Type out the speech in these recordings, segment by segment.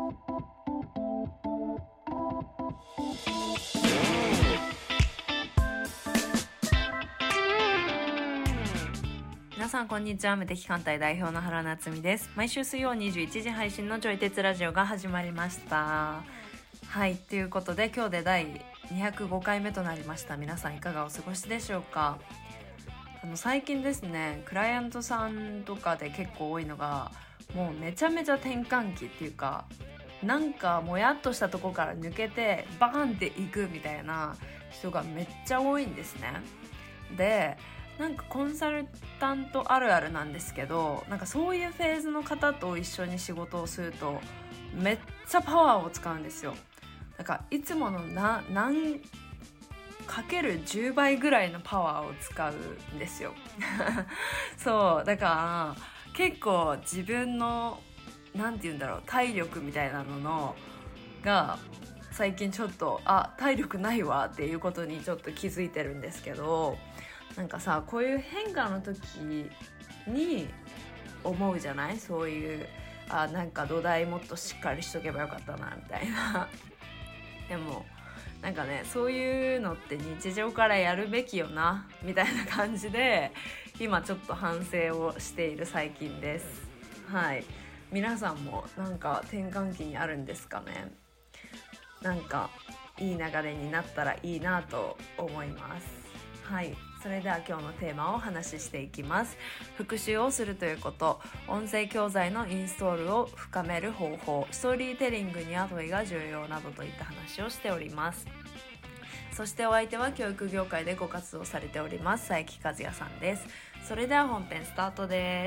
皆さんこんにちは。無敵艦隊代表の原夏実です。毎週水曜21時配信のちょい鉄ラジオが始まりました。はい、ということで今日で第205回目となりました。皆さんいかがお過ごしでしょうか。最近ですね、クライアントさんとかで結構多いのが、もうめちゃめちゃ転換期っていうか、なんかもやっとしたとこから抜けてバーンっていくみたいな人がめっちゃ多いんですね。で、なんかコンサルタントあるあるなんですけど、なんかそういうフェーズの方と一緒に仕事をするとめっちゃパワーを使うんですよ。なんかいつもの何かける10倍ぐらいのパワーを使うんですよそうだから結構自分のなんて言うんだろう、体力みたいなのが最近ちょっと体力ないわっていうことにちょっと気づいてるんですけど、なんかさ、こういう変化の時に思うじゃない、そういうなんか土台もっとしっかりしとけばよかったなみたいなでもなんかね、そういうのって日常からやるべきよなみたいな感じで今ちょっと反省をしている最近です。はい、皆さんもなんか転換期にあるんですかね。なんかいい流れになったらいいなと思います。はい、それでは今日のテーマをお話ししていきます。復習をするということ、音声教材のインストールを深める方法、ストーリーテリングには問いが重要などといった話をしております。そしてお相手は教育業界でご活動されております佐伯和也さんです。それでは本編スタートです。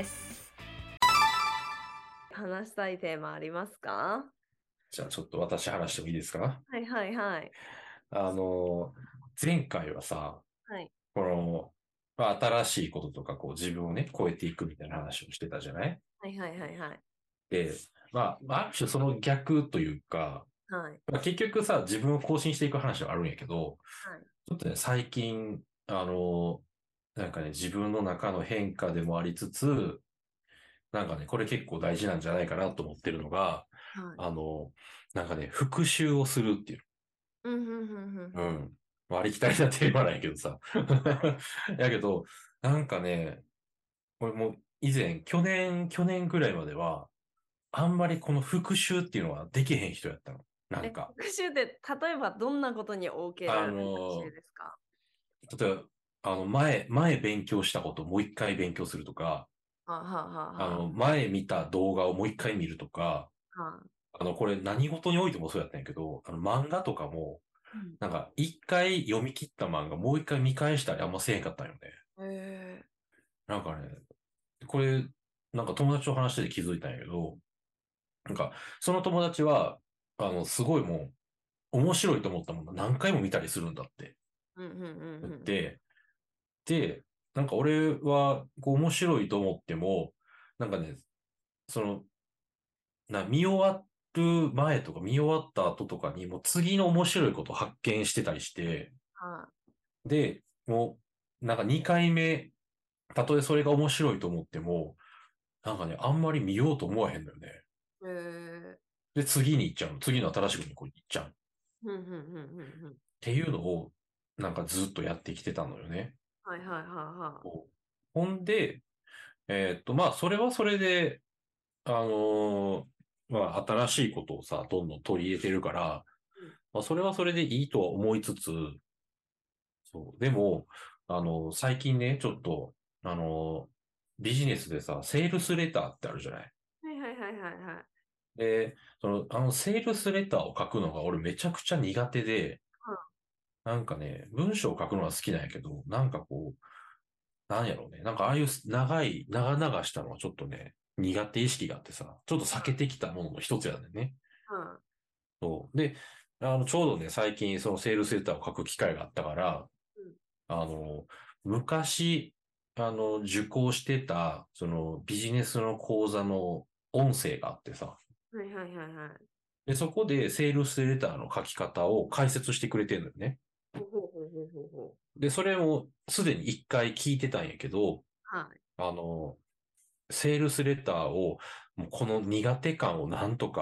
話したいテーマありますか？ じゃあちょっと私話してもいいですか？ はいはいはい。 前回はさ、 はい。 この、新しいこととか、自分をね、超えていくみたいな話をしてたじゃない？ はいはいはいはい。 で、ある種その逆というか、 はい。 結局さ、自分を更新していく話はあるんやけど、 はい。 ちょっとね、最近、なんかね、自分の中の変化でもありつつ、なんかね、これ結構大事なんじゃないかなと思ってるのが、 はい。 あの、なんかね、復習をするっていう。 うんうんうんうんうん。 うん。ありきたりなテーマなんやけどさ。 はい。 やけど、なんかね、俺も以前、去年ぐらいまでは、あんまりこの復習っていうのはできへん人やったの。なんか、 復習って例えばどんなことにおけある復習の、 ですか？ 例えば、前勉強したことをもう一回勉強するとか、 はあはあはあは前見た動画をもう一回見るとか、 あ。はあ。 これ何事においてもそうやったんやけど、漫画とかも、 うん。 なんか一回読み切った漫画もう一回見返したりあんませえへんかったんよね。 へえ。 なんかね、これ、なんか友達と話してて気づいたんやけど、なんか、その友達は、すごいもう、面白いと思ったもの何回も見たりするんだってうんうんうんうんうん。 言って、で、なんか俺は、面白いと思っても、なんかね、その、見終わる前とか見終わった後とかに、もう次の面白いことを発見してたりして、 はで、もう、なんか2回目、たとえそれが面白いと思っても、なんかね、あんまり見ようと思わへんのよね。 い。へえ。 で、次に行っちゃうの。次の新しいことに行っちゃう。っうんうんうんうんうん。 ていうのを、なんかずっとやってきてたのよね。 はいはいはいはい。 こうほんで、それはそれで、あの新しいことをさ、どんどん取り入れてるから、 うん。 それはそれでいいとは思いつつ、そう、でも、最近ね、ちょっと、あのビジネスでさ、セールスレターってあるじゃない？ はいはいはいはいはい。 で、セールスレターを書くのが俺めちゃくちゃ苦手で、なんかね、文章を書くのは好きなんやけど、なんかなんやろうね。なんかああいう長々したのはちょっとね、苦手意識があってさ、ちょっと避けてきたものの一つやねんね。 うん。 そう。で、ちょうどね、最近そのセールスレターを書く機会があったから、 うん。 あの、昔、受講してた、そのビジネスの講座の音声があってさ、 はいはいはいはい。 で、そこでセールスレターの書き方を解説してくれてるのよね。 ほうほうほうほうほうほう。 で、それをすでに一回聞いてたんやけど、 はい。 あの、セールスレターを、もうこの苦手感をなんとか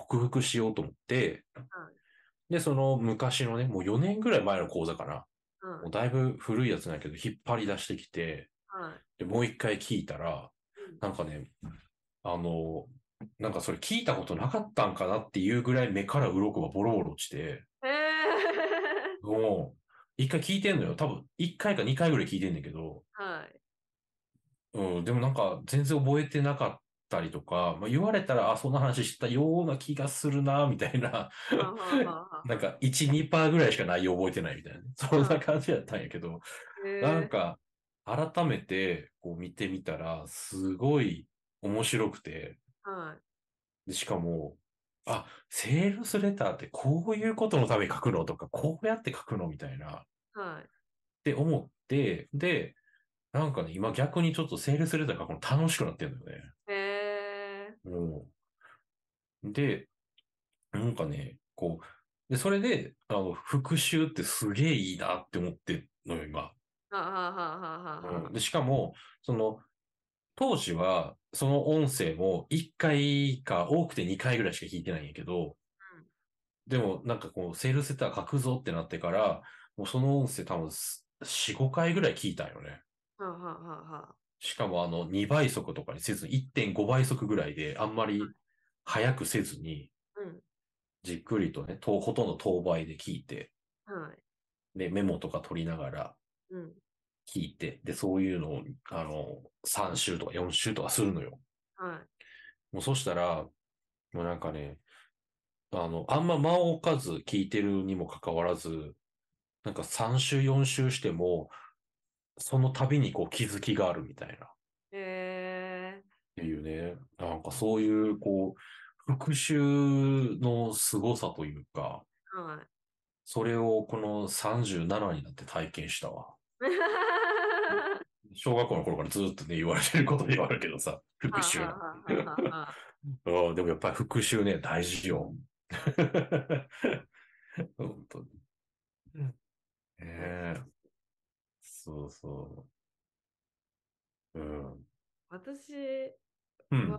克服しようと思って、 はい。 で、その昔のね、もう4年ぐらい前の講座かな。 はい。 もうだいぶ古いやつなんやけど、引っ張り出してきて、 はい。 で、もう一回聞いたら、 うん。 なんかね、あの、なんかそれ聞いたことなかったんかなっていうぐらい目から鱗がボロボロ落ちて、 へえ。 もう、一回聞いてんのよ。多分、一回か二回ぐらい聞いてんだけど、 はい。 うん、でもなんか全然覚えてなかったりとか、まあ、言われたら、あ、そんな話したような気がするな、みたいな、 ははははは。 なんか1、2%ぐらいしか内容覚えてないみたいなね。そんなは感じだったんやけど、 い。へえ。 なんか、改めてこう見てみたら、すごい面白くて、 はい。 で、しかも、あ、セールスレターってこういうことのために書くのとか、こうやって書くのみたいな、っはい。 て思って、で、なんかね、今逆にちょっとセールスレター書くの楽しくなってんだよね。 へえ。 うん。で、なんかね、こう、で、それで、復習ってすげえいいなって思ってんのよ、今。 はははははうん。 は。 で、しかも、その、当時は、その音声も1回か多くて2回ぐらいしか聞いてないんやけど、 うん。 でもなんかこう、セールスレター書くぞってなってから、もうその音声多分4、5回ぐらい聞いたんよね。 はははは。 しかも2倍速とかにせず1.5倍速ぐらいで、あんまり早くせずに、 うん。 じっくりとね、ほとんど当倍で聞いて、 はい。 で、メモとか取りながらうん。 聞いて、で、そういうのを、3週とか4週とかするのよ。 はい。 もうそしたら、もうなんかね、あんま間を置かず聞いてるにもかかわらず、なんか3週4週しても、その度にこう気づきがあるみたいな。っへえ。 ていうね、なんかそういう、こう、復習の凄さというか、 はい。 それをこの37になって体験したわ。小学校の頃からずっとね、言われてることではあるけどさ、復は習なんて。 ははははは。 うん、でもやっぱり復習ね、大事よ。本当に。ええ、そうそう。うん。 私は、 うん。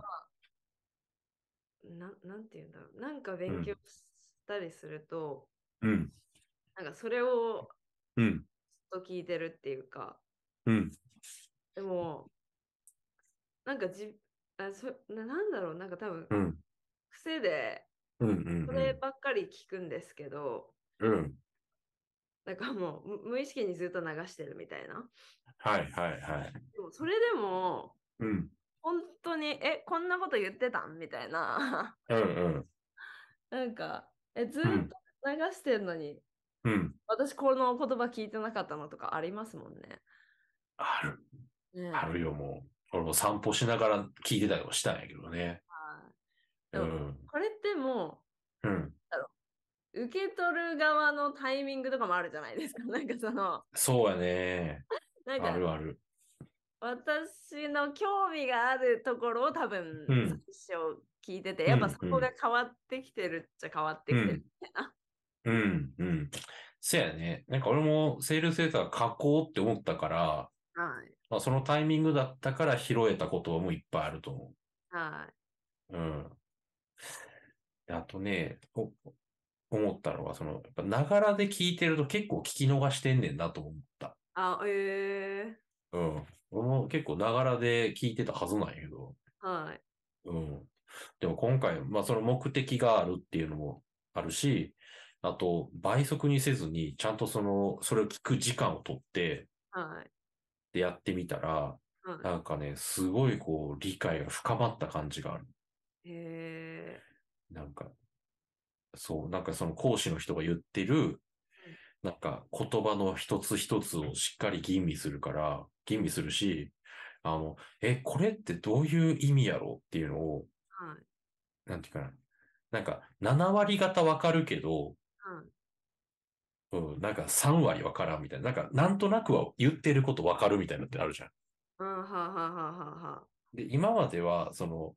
なんて言うんだろう。なんか勉強うん。 したりすると、 うん。 なんかそれをうん。 ずっと聞いてるっていうか、 うん。 でも、なんかなんだろう、なんか多分、 うん。 癖で、 うん。うそれん。 ばっかり聞くんですけど、 うん。 なんかもう無意識にずっと流してるみたいな。 はいはいはい。 でも、それでも、 うん。 本当に、こんなこと言ってたんみたいな。 うん。うん。 なんか、ずっうん。 と流してるのに、 うん。 私この言葉聞いてなかったのとかありますもんね。 ある。あねえ。 るよ、もう。俺も散歩しながら聞いてたりもしたんやけどね。 はい。でも、 うん。 これってもうん。 う、受け取る側のタイミングとかもあるじゃないですか。なんかそうやね。あなんかるある。 私の興味があるところを多分最うん。 初聞いてて、やっぱうん。 そこがうん。 変わってきてるっちゃ変わってきてるうん。 みたいな。 うん。うん。そうやね。なんか俺もセールスレター書こうって思ったから、 はい。 まあそのタイミングだったから拾えたこともいっぱいあると思はい。 う。うん。であとね、思ったのが、やっぱながらで聞いてると結構聞き逃してんねんなと思った。 あ、 うん。俺も結構ながらで聞いてたはずなんやけど、 はい。 うん。でも今回、まあその目的があるっていうのもあるし、あと倍速にせずに、ちゃんとそれを聞く時間をとって、 はい。 でやってみたら、 はい。 なんかね、すごいこう理解が深まった感じがある。 へえ。 なんか、そう、なんかその講師の人が言ってる、 うん。 なんか言葉の一つ一つをしっかり吟味するし、これってどういう意味やろうっていうのを、 はい。 なんていうかな。なんか7割方わかるけど、 はい。 うん、なんか3割わからんみたいな。なんかなんとなくは言ってることわかるみたいなのってあるじゃん。 うん、ははははは。 で、今までは、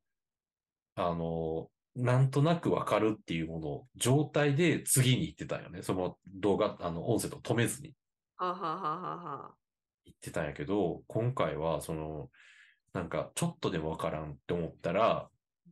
なんとなくわかるっていうものを状態で次に行ってたんよね。その動画、音声と止めずにははははは。 行ってたんやけど、今回は、なんかちょっとでもわからんって思ったら、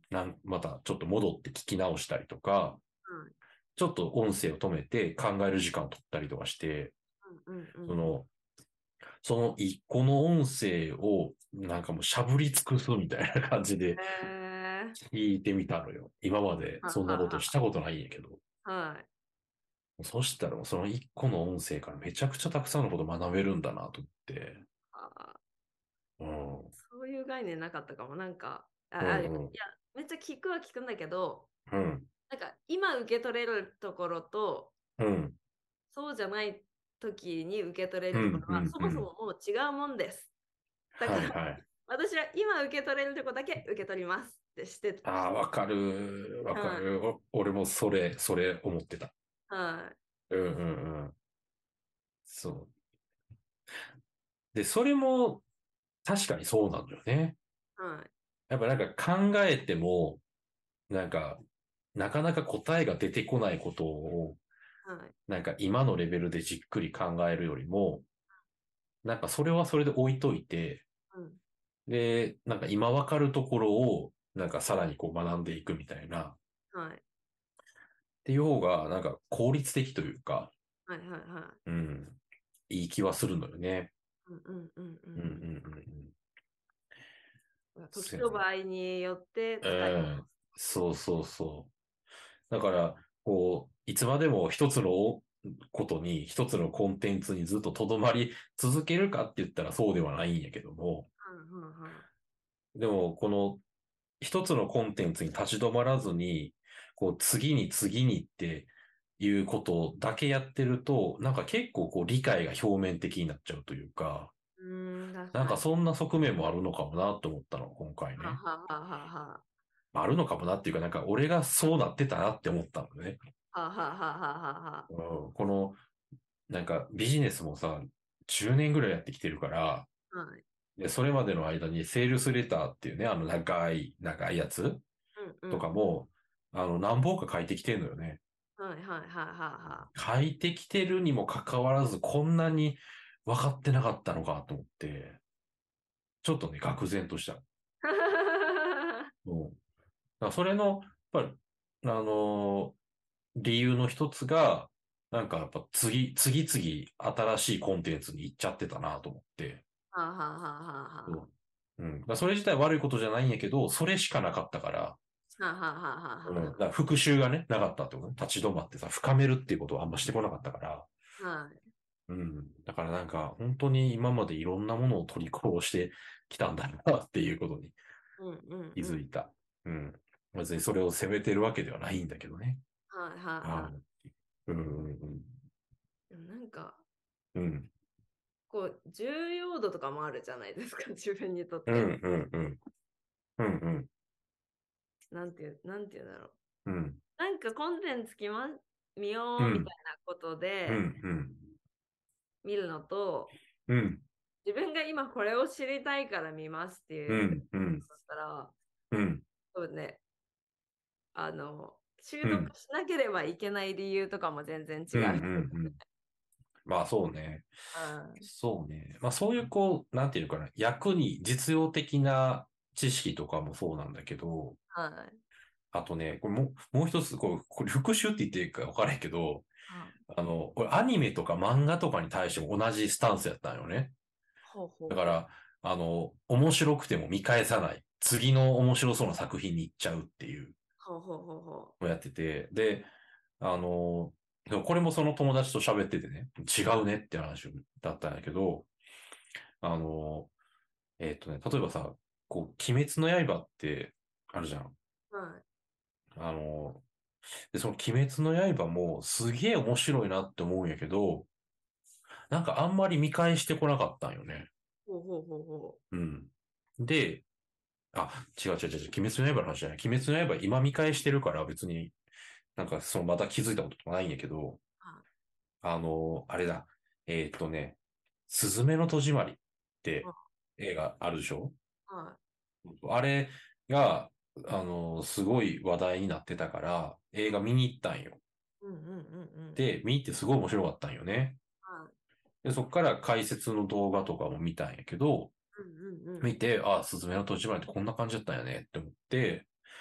またちょっと戻って聞き直したりとか、 はい。 ちょっと音声を止めて考える時間を取ったりとかして、 うんうんうん。 その、その一個の音声をなんかもうしゃぶり尽くすみたいな感じで聞いてみたのよ。今まではそんなことしたはことないんやけど。 は。はい。 そしたらもうその一個の音声からめちゃくちゃたくさんのこと学べるんだなと思って。 あ、 うん。 そういう概念なかったかも。なんか、いうんうん。 や、めっちゃ聞くは聞くんだけど、 うん。 なんか今受け取れるところと、 うん。 そうじゃない時に受け取れうん。 るところは、 うん。 そもそうん。 ももう違うもんです。だから、 はいはい。 私は今受け取れるところだけ受け取りますってしてた。 ああ、わかる。わかはい。 る。俺もそれ思ってた。 はい。 うんうんうん。そう。で、それも確かにそうなんだよね。 はい。 やっぱなんか考えても、なんか、なかなか答えが出てこないことを、 はい。 なんか今のレベルでじっくり考えるよりも、なんかそれはそれで置いといて、 うん。 で、なんか今わかるところを、なんかさらにこう学んでいくみたいな、っはい。 ていう方が、なんか効率的というか、 はいはいはうん、いい気はするのよね。 い。うんうんうんううんうんうんんうん。時そうやね。 と場合によってう使い。 ん、そうそうそう。だから、こう、いつまでも一つのことに、一つのコンテンツにずっと留まり続けるかって言ったらそうではないんやけども、 うんうんうん。 でも、この一つのコンテンツに立ち止まらずに、こう、次に次にっていうことだけやってると、なんか結構こう、理解が表面的になっちゃうというか、 うーん、確なんかかに。 そんな側面もあるのかもなと思ったの、今回はね。 はははは。 あるのかもなっていうか、なんか俺がそうなってたなって思ったのね。 はははははは。 うん、この、なんかビジネスもさ、10年ぐらいやってきてるから、 はい。 で、それまでの間にセールスレターっていうね、あの長いやつうんうとかん。 も、何本か書いてきてるのよね。 はいはいはいはいは書いてきてるにもかかわらず、こんなに分かってなかったのかと思って、ちょっとね、愕然とした。 い。 うん。だからそれの、やっぱり、理由の一つが、なんかやっぱ次々新しいコンテンツに行っちゃってたなと思って。 ははははは。 うん。だからそれ自体悪いことじゃないんやけど、それしかなかったから、 ははははうん。だは。 から復習がね、なかったってことね。立ち止まってさ、深めるっていうことをあんましてこなかったから。 はい。 うん。だからなんか、本当に今までいろんなものを取り殺してきたんだなっていうことにうんうん気うん。 づいた。うん。別にそれを責めてるわけではないんだけどね。 はいはいはあのうんうんい。でもなんか、 うん。うん。 こう、重要度とかもあるじゃないですか、自分にとっうんて。 うんうん。うんうん。 なんていうんだろう。 うん。 なんかコンテンツ見ようみたうん。 いなことうん。 でうん。 見るのと、 うん。 自分が今これを知りたいから見ますっていう、 うん。うん。 だったら、 うん。 多分ね、習うん。 得しなければいけない理由とかも全然違うん。うう。 ん。まあそうね。 うん。 そうね。まあそういうこう、なんていうのかな。役に実用的な知識とかもそうなんだけど、 はい。 あとね、これもう一つ、これ復習って言っていいか分からへんけど、 あ、 これアニメとか漫画とかに対しても同じスタンスやったんよね。 ほうほうほう。 だから、面白くても見返さない。次の面白そうな作品に行っちゃうっていうほうほうほうほのをやってて、で、あの、でもこれもその友達と喋っててね、違うねって話だったんだけど、あの、例えばさ、こう、鬼滅の刃ってあるじゃん。 う。はい。 あの、で、その鬼滅の刃もすげえ面白いなって思うんやけど、なんかあんまり見返してこなかったんよね。 ほうほうほうほうん。で、違う違う違う、鬼滅の刃の話じゃない。鬼滅の刃今見返してるから別になんかまた気づいたこととかないんやけど、 う。はあれだ。すずめの戸締まりってい。 映画あるでしょ？ はあれが、すごい話題になってたから、映画見に行ったんよ。 い。うんうんうんうん。 で、見に行ってすごい面白かったんよね。 はい。 で、そっから解説の動画とかも見たんやけど、 うんうんうん。 見て、すずめの戸締まりってこんな感じだったんやねって思って、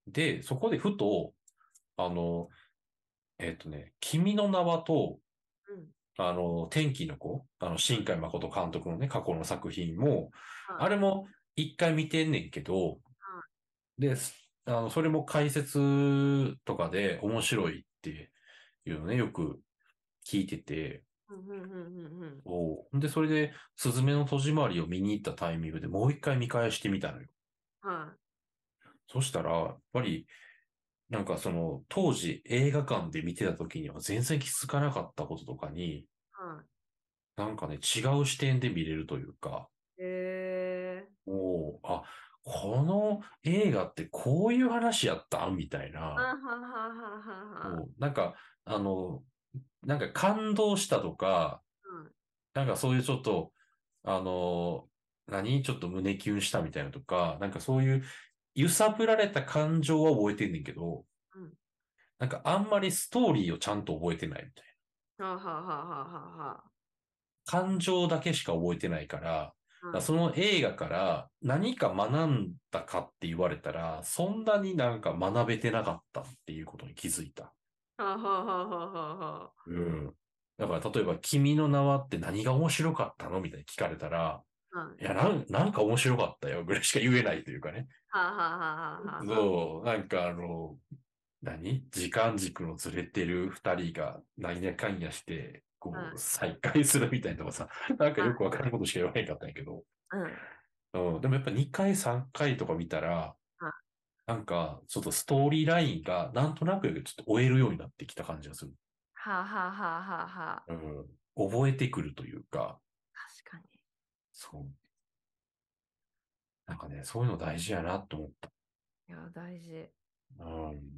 で、そこでふと、あの、君の名はと、 うん。 天気の子、新海誠監督のね、過去の作品も、 はい。 あれも一回見てんねんけど、 はい。 で、それも解説とかで面白いっていうのね、よく聞いてて、 うんうんうんうんうん。 で、それで、すずめの戸締まりを見に行ったタイミングでもう一回見返してみたのよ。 はい。 そしたら、やっぱり、なんかその、当時映画館で見てた時には全然気づかなかったこととかに、 はなんかね、違う視点で見れるというか、 い。えあ、この映画ってこういう話やったんみたいー。 な、 あははははは。 なんか、あの、なんか感動したとか、 うん。 なんかそういうちょっと、あの、ちょっと胸キュンしたみたいなとか、なんかそういう揺さぶられた感情は覚えてんねんけど、 うん。 なんかあんまりストーリーをちゃんと覚えてないみたいはははははは。 な。感情だけしか覚えてないから、 はい。 その映画から何か学んだかって言われたら、そんなになんか学べてなかったっていうことに気づいた。 はははははは。 うん。だから例えば、君の名はって何が面白かったのみたいに聞かれたら、 はい。 いや、なんか面白かったよぐらいしか言えないというかね。 はははははは。 そう、なんか時間軸のずれてる二人が何やかんやして、こう、 はい。 再会するみたいなとかさ、なんかはい。 よくわからんことしか言わへんかったんやけど、 うん。 でもやっぱ2回、3回とか見たら、 はい。 なんか、ちょっとストーリーラインがなんとなくちょっと追えるようになってきた感じがする。 ははははは。 うん。覚えてくるというか、 確かに。 そう。なんかね、そういうの大事やなと思った。 いや、大事。 うん。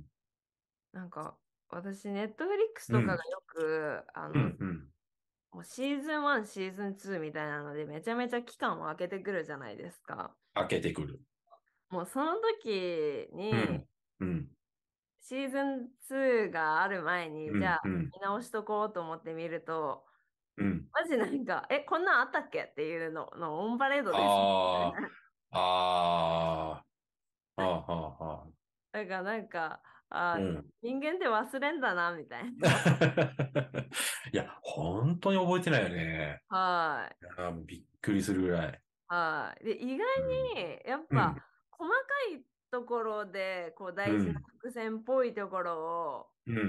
なんか、私、ネットフリックスうん。 とかがよく、 うん。うん。 もうシーズン1、シーズン2みたいなので、めちゃめちゃ期間を空けてくるじゃないですか。 開けてくる。 もうその時に、 うん。うん。 シーズン2がある前に、 うん。 じゃあうん。 見直しとこうと思って見ると、 うん。 マジなんか、こんなんあったっけっていうのオンパレードです。 ああ、ああ、ああ、ああ、 だからなんか、 うん。 人間って忘れんだな、みたいな。 いや、本当に覚えてないよね。 はい。 もうびっくりするぐらい。 はい。で、意外うん。 に、やっぱ、 うん。 細かいところで、こう、大事なうん。 伏線っぽいところを、 うん。うん。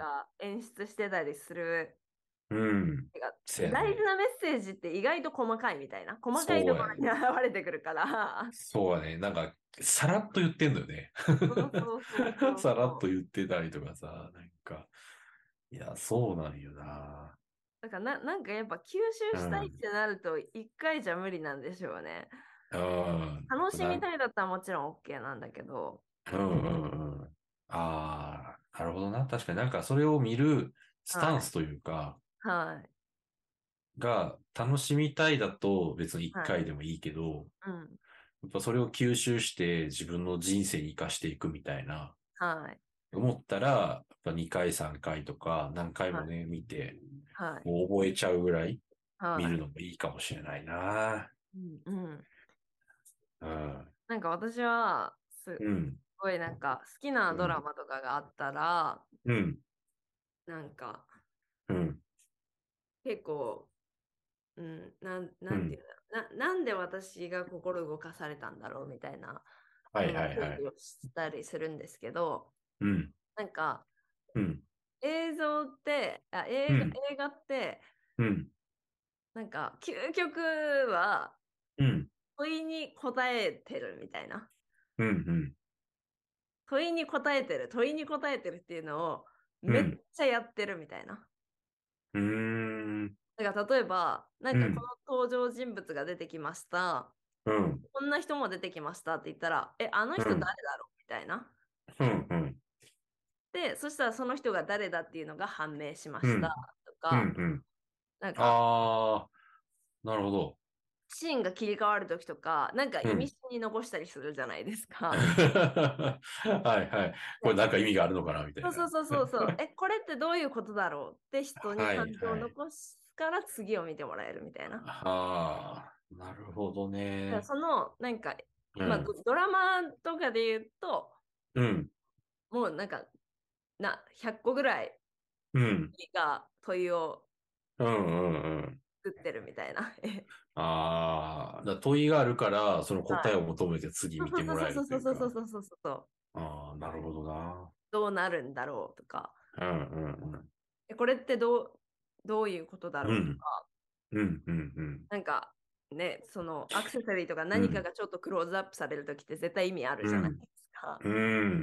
なんか、演出してたりする。 うん。うん。 てかせやね。 大事なメッセージって意外と細かいみたいな。細かいとこそうやね。 ろに現れてくるから。 そうやね。なんか、さらっと言ってんのよね。 そうそうそうそさらっとうそう。 言ってたりとかさ、なんか、いや、そうなんよな。 だからなんかやっぱ吸収したいっうん。 てなると、一回じゃ無理なんでしょうね。 うん。 楽しみたいだったらもちろん OK なんだけど。 うんうんうん。ああ、なるほどな。確かになんかそれを見るスタはい。 ンスというか、 はい。 が楽しみたいだと別に一はい。 回でもいいけど、 うん。 やっぱそれを吸収して自分の人生に活かしていくみたいな、 はい。 思ったら、やっぱ2回3回とか何回はい。 もね、見て、 はい。 もう覚えちゃうぐらい見はい。 るのもいいかもしれないな。 うん。うん。 うん。 なんか私は、すうん。 ごいなんか好きなうん。 ドラマとかがあったら、 うん。 なんかうん。 結構、なんていうん。 うんだろう。なんで私が心動かされたんだろうみたいなはいののはいはい。 整理をしたりするんですけど、 うん。 なんかうん。 映像って、 うん。 映画って、 うん。 なんか究極はうん。 問いに答えてるみたいな。 うん。うん。 問いに答えてるっていうのをめっうん。 ちゃやってるみたいな。 うーん。 だから例えば、なんかこうん。 の登場人物が出てきました。 うん。 こんな人も出てきましたって言ったら、あの人誰うん。 だろうみたいな。 うん。うん。 で、そしたらその人が誰だっていうのが判明しましたうん。 とうん。 か、 うん。 なんか、 ああ、なるほど。 シーンが切り替わるときとか、なんかうん。 意味深に残したりするじゃないですか。 はいはい。これでなんか意味があるのかなみたいな。 そうそうそうそうそう。これってどういうことだろうって人にはい感情をはい。 残すから次を見てもらえるみたいな。 ああ、なるほどだからね。 その、なんか、まあ、 うん。 ドラマとかで言うと、 うん。 もうなんか、100個ぐらいうん。 が問いをうんうんうん。 作ってるみたいな。 ああ、問いがあるから、その答えはい。 を求めて次そう見てもらえるそうそうというか。 そうそうそうそうそうそう。 ああ、なるほどな。 どうなるんだろうとか、 うんうんうん。 これってどういうことだろうとうん。 か、 うんうんうん。 なんかね、そのアクセサリーとかうん。 何かがちょっとクローズアップされるときって絶対意味あるじゃないうん。 ですか。 うん。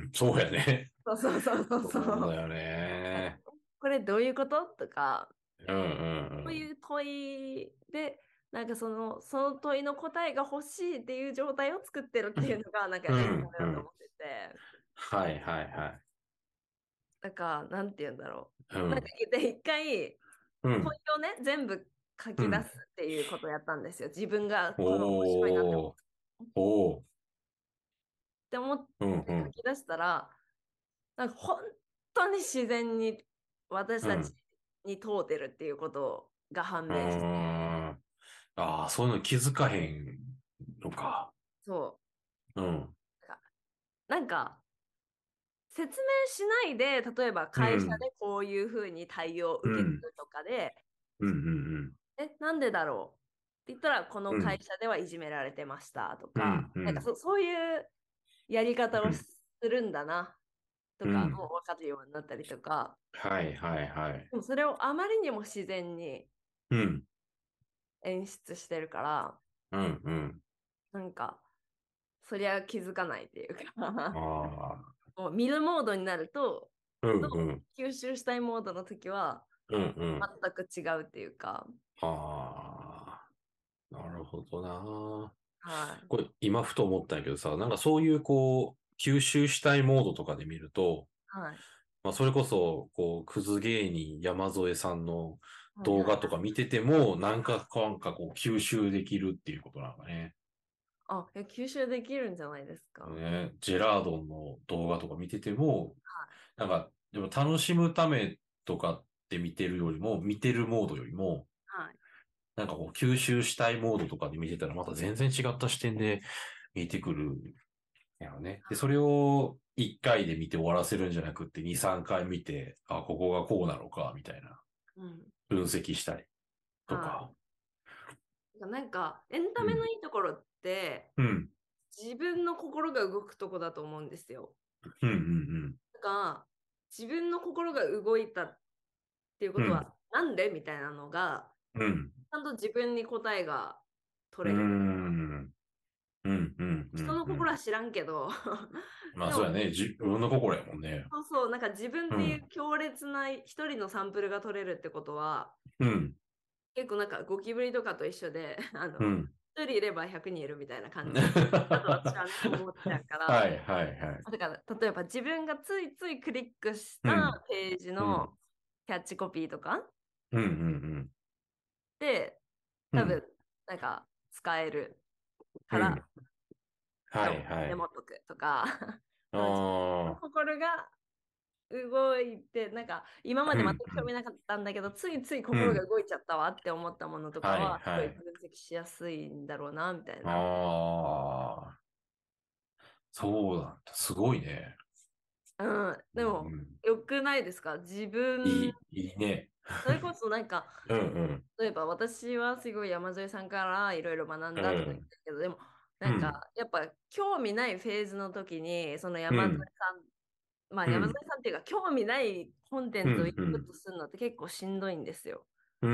そうやね。 そうそうそうそうそう。 そうだよね。 これどういうこととか、 うんうんこういう問いで、なんかその問いの答えが欲しいっていう状態を作ってるっていうのが、なんかうん。 エンタうんうん。 メだと思ってて、 はいはいはい。 なんか、なんて言うんだろう。なんかうん。 で一回、問うん。 いをね、全部書き出うん。 すっていうことをやったんですよ。自分がこの面白いなって思っおー。おー。 て思っうんうん。 て書き出したら、なんか本当に自然に私たちうん。 に問うてるっていうことが判うー明して、 ん。ああ、そういうの気づかへんのか。 そううん。 なんか、なんか説明しないで、例えば会社うん。 でこういうふうに対応をうん。 受けてるとかで、 うんうんなんでだろうって言ったら、このうん。うん。 会社ではいじめられてましたとか、 うん。うん。 なんかそういうやり方をするんだなとか、 うん。 もう分かるようになったりとか、 はいはいはい。 でもそれをあまりにも自然にうん。 演出してるから、 うん。うん。 なんか、そりゃ気づかないっていうかああ。 もう見るモードになるうんうん。 吸収したいモードの時はうんうん。 全く違うっていうか、 ああ。なるほどな。 はい。 これ、今ふと思ったんやけどさ、なんかそういう吸収したいモードとかで見ると、 はい。 まあそれこそ、クズ芸人山添さんのはいはい。 動画とか見てても、なんか吸収できるっていうことなのかね。 吸収できるんじゃないですか。 ね、ジェラードンの動画とか見てても、 はい。 なんか、でも楽しむためとかって見てるよりも、見てるモードよりも、 はい。 なんか吸収したいモードとかで見てたらまた全然違った視点で見えてくるやろね。で、それを1回で見て終わらせるんじゃなくって2、3回見て、あ、ここがこうなのか、みたいなうん。 分析したりとはか。 い。なんか、エンタメのうん。 いいところって、 うん。 自分の心が動くとこだと思うんですよ。 うん。うん。 なんか、自分の心が動いたっていうこうん。 とは、なんでみたいなのが、 うん。 ちゃんと自分に答えがう取れる。 ん。うん。うん。う人の心ん。 は知らんけどまあ、 でも、 そうやね。自分の心やもんね。 そうそう、なんか自分っていううん。 強烈な一人のサンプルが取れるってことは、 うん。 結構なんかゴキブリとかと一緒で、 うん。 一人いれば100人いるみたいな感じだと私はね、思っちゃうから、 はいはいはい。 だから例えば自分がついついクリックしたうん。 ページうん。 のキャッチコピーとかうん。 で、 うん。うん。 多分なんか使えるうん。 からはいはい。 メモっとくとか、 あ自分のあ。 心が動いて、なんか今まうん。 で全く興味うん。 なかったんだけど、ついついうん。 心が動いちゃったわって思ったものとかはいは、すごいはい。 分析しやすいんだろうな、みたいな。 ああ。そうなんだ。すごいね。 うん。 うでも、 ん。 よくないですか自分、 いいね。 それこそなんか、 うんうん。 例えば私はすごい山添さんからいろいろ学んだとか言ってうん。 るけど、でも、 うん。 なんか、やっぱ興味ないフェーズの時に、その山添うん。 さん、まあ山添うん。 さんっていうか、興味ないコンテうん。 ンツをインうん。 プットするのって結構しんどいんですよ。 うん。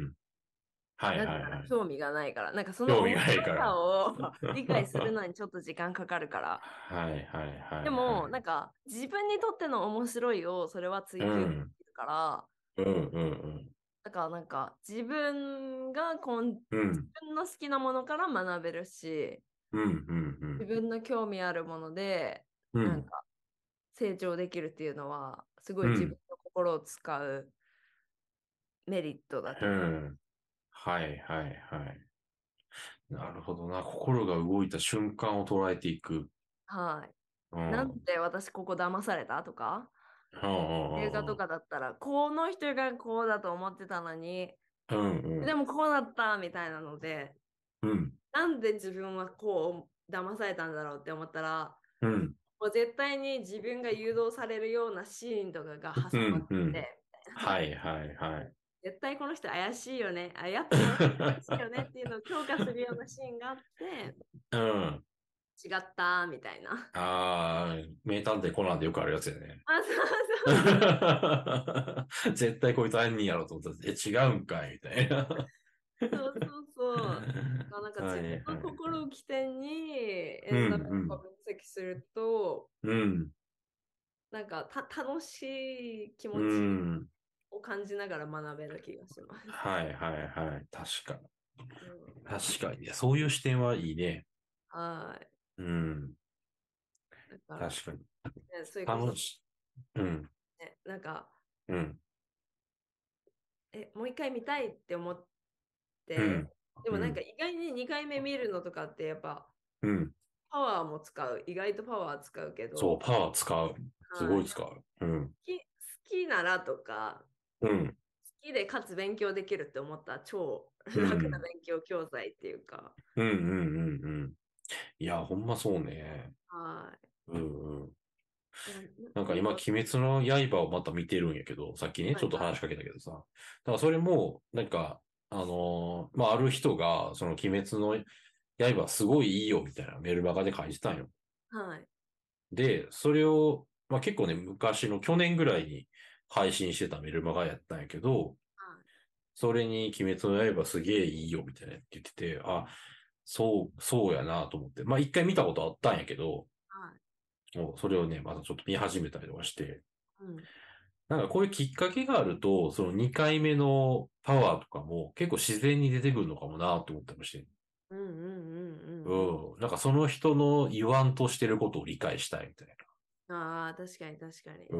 はいなぜならはいはい。 興味がないから。なんかその興味面白がないから。 さを理解するのにちょっと時間かかるから。 はいはいはいはでも、なんい。 か自分にとっての面白いをそれは追求でうん。 きるから、 うんうんだからなんか自分がうん。う自ん。 分の好きなものから学べるし、 うんうん自分の興味あるもので、 うん。うん。 なんか成長できるっていうのは、すごい自分うん。 の心を使うメリットだとう思う。 ん。はいはいはい。なるほどな。心が動いた瞬間を捉えていく。 はい。 うん。うんなんで私ここ騙されたとか、 うんうんうん。 映画とかだったら、この人がこうだと思ってたのに、 うんうん。 でもこうだったみたいなので、 うん。 なんで自分はこう騙されたんだろうって思ったら、 うん。 もう絶対に自分が誘導されるようなシーンとかがう挟まっん、うん。 て、 はいはいはい。 絶対この人怪しいよね。やっぱこの人怪しいよねっていうのを強化するようなシーンがあって、 うん。 違ったみたいな。 ああ、名探偵コナンでよくあるやつやね。 あ、そうそうそう。 絶対こいつ犯人やろと思ったら、違うんかい、みたいな。 そうそうそう。なんかはい自分のはいはい。 心を起点にうんエンタメとかうん。 分析すると、 うん。 なんか楽しい気う持ちん。 を感じながら学べる気がします。 はいはいはい。確かに。 うん、 確かにね。そういう視点はいいね。 はい。 うん。 だから、 確かに。 ね、それこそ、 楽しい。うん。 ね、なんか、 うん。 もう一回見たいって思って、 うん。 でもなんかうん。 意外に2回目見るのとかってやっぱうん。 パワーも使う。意外とパワー使うけそう、 ど、 パワー使う。すはい。好ごい使う。うん。 きならとか、 うん。 好きでかつ勉強できるって思ったら超う楽なん。 勉強教材っていうか、 うんうんうんうん。いや、ほんまそうね。 はい。 うんうん。 だからなんか今、 何か、 鬼滅の刃をまた見てるんやけど、さっきね、ちょっとはいは話しかけたけどさ。だからそれも、なんか、まあ、ある人が、その鬼滅の刃すごいいいよみたいなメルマガで書いてたんよ。 い。はい。 で、それを、まあ結構ね、昔の去年ぐらいに配信してたメルマガやったんやけど、 はい。 それに鬼滅の刃すげえいいよみたいなって言ってて、あ、そうやなと思って。まあ一回見たことあったんやけど、 はい。 もうそれをね、またちょっと見始めたりとかして、 うん。 なんかこういうきっかけがあると、その2回目のパワーとかも結構自然に出てくるのかもなと思ったりもして。 うんうんうんうんうん。なんかその人の言わんとしてることを理解したいみたいうん。ああ、確かに確かに。 な。うん。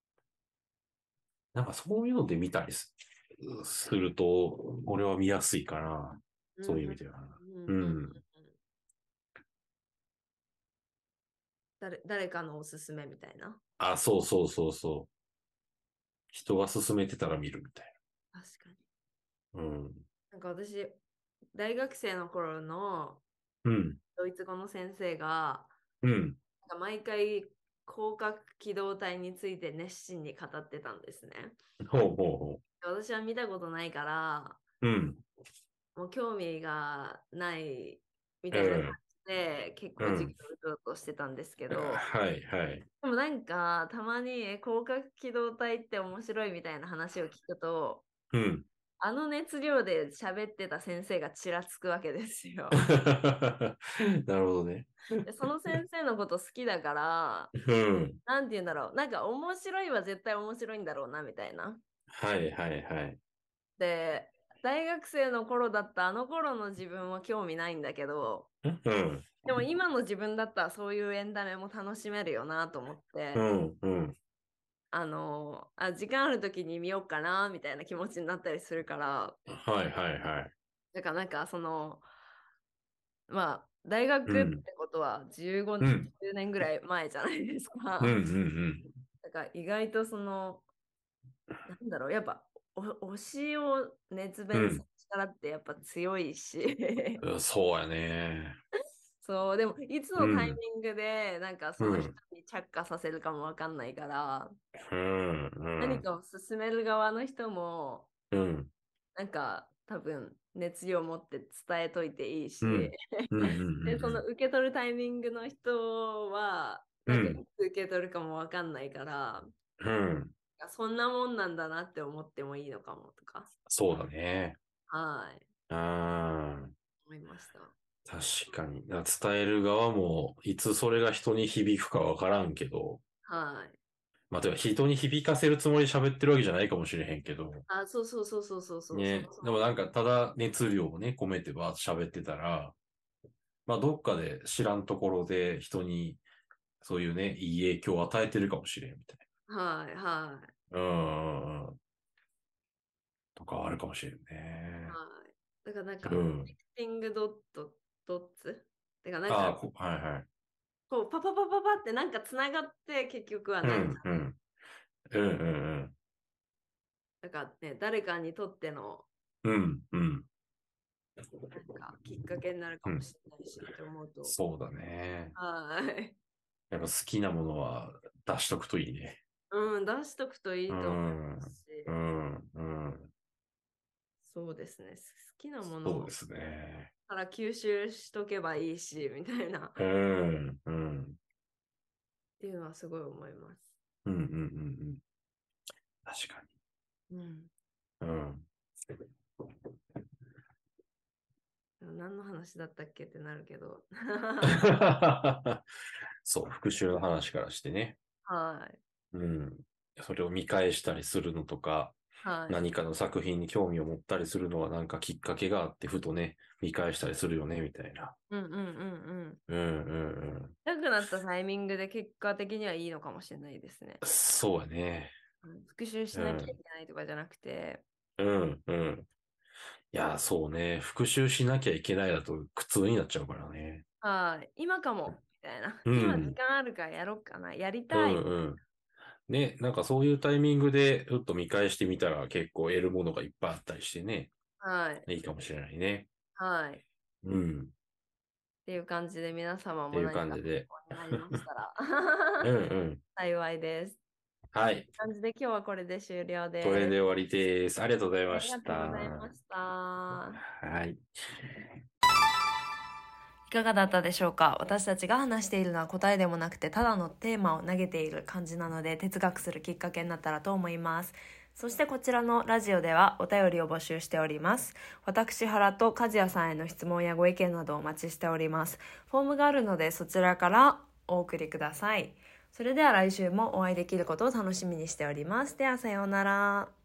なんかそういうので見たりすると、俺は見やすいかな。そういう意うんうん味では。 うんうんうんうん。 うん。 誰かのおすすめみたいな。 あ、そうそうそうそう。人が勧めてたら見るみたい確かに。 な。うん。 なんか私、大学生の頃のうん。 ドイツ語の先生が、 うん。 なんか毎回広角機動隊について熱心に語ってたんですね。 ほうほうほ私は見たことないから、 う。うん。 もう興味がないみたいな感うん。 じで結構授うん。 業を受けようとしてたんですけど、 はいはい。 でもなんかたまに広角機動隊って面白いみたいな話を聞くと、 うん。 あの熱量で喋ってた先生がちらつくわけですよ。 なるほどね。 でその先生のこと好きだから、 うん。 なんて言うんだろう。なんか面白いは絶対面白いんだろうな、みたいな。 はいはいはい。 で、大学生の頃だったあの頃の自分は興味ないんだけど、 うん。 でも今の自分だったらそういうエンタメも楽しめるよなと思って、 うん。うん。 時間ある時に見ようかな、みたいな気持ちになったりするから、 はいはいはい。 だからなんかまあ、大学ってうん。 ことは15、 うん。 10年ぐらい前じゃないですうん。うか。 ん。 だから意外となんだろう、やっぱ推しを熱弁するうん。 力ってやっぱ強いし、 うん。そうやね。 そう、でもいつうん。 のタイミングでなんかその人うん。 に着火させるかもわかんないから、 うん。うん。 何かを進める側の人も、 うん。 なんか多分熱量を持って伝えといていいし、 うん。うん。うで、そのん。 受け取るタイミングの人は、なんかいうん。 つ受け取るかもわかんないから、 うん。 そんなもんなんだなって思ってもいいのかもとか、 そうだね。 はい、 うん。 思いました。 確かに。伝える側も、いつそれが人に響くかわからんけど、 はい。 まあ、てか人に響かせるつもりで喋ってるわけじゃないかもしれへんけど、 あ、そうそうそうそうそうそう、そね。 もそも。 でもなんか、ただ熱量をね、込めてばーっと喋ってたら、まあ、どっかで知らんところで人に、そういうね、いい影響を与えてるかもしれんみたいはい、はい、 な。うん。とかはあるかもしれんね。 はい。だからなんか、コうん。 ネクティングドッツてかなんああ、 か、 はいはい。 こう、パパパパパってなんかつながって結局はうん、 なんか、 うん。うん、うん、 なんかね、誰かにとってのうん。うん、うん。 なんかきっかけになるかうん。 もしれないしって思うと、 そうだね。 はい。 やっぱ好きなものは出しとくといいね。 うん、出しとくといういと思いん、 ますし、 うん、うん。 そうですね。好きなものそうですね。 から吸収しとけばいいし、みたいな、っうん、うん、 ていうのはすごい思います。 うん、うん、うん。うん、確かうん。 に。うん。 何の話だったっけってなるけど。 そう、復習の話からしてね。 はい。 うん。それを見返したりするのとか、 はい。 何かの作品に興味を持ったりするのはなんかきっかけがあってふとね、見返したりするよね、みたいな。 うんうんうんうん。 うんうんなくなったタイミングで結果的にはいいのかもしれないですね。 うん。そうやね。 復習しなきゃいうん。 けないとかじゃなくて、 うんうん。いや、そうね。復習しなきゃいけないだと苦痛になっちゃうからね。 はい。今かも、みたいな。今時うん。 間あるからやろうかな。やりうたい。 んうん。ね、なんかそういうタイミングでちょっと見返してみたら結構得るものがいっぱいあったりしてね。 はい。 いいかもしれないね。 はい。っうん。 ていう感じで皆様っていうも何か感じで。 参考になりましたらうんうん。 幸いです。 はい。 感じで今日はこれで終了これです。 で終わりです。ありがとうございましありがとうございまた。 した。 はい。 いかがだったでしょうか？私たちが話しているのは答えでもなくて、ただのテーマを投げている感じなので、哲学するきっかけになったらと思います。そしてこちらのラジオではお便りを募集しております。私原と和也さんへの質問やご意見などお待ちしております。フォームがあるのでそちらからお送りください。それでは来週もお会いできることを楽しみにしております。ではさようなら。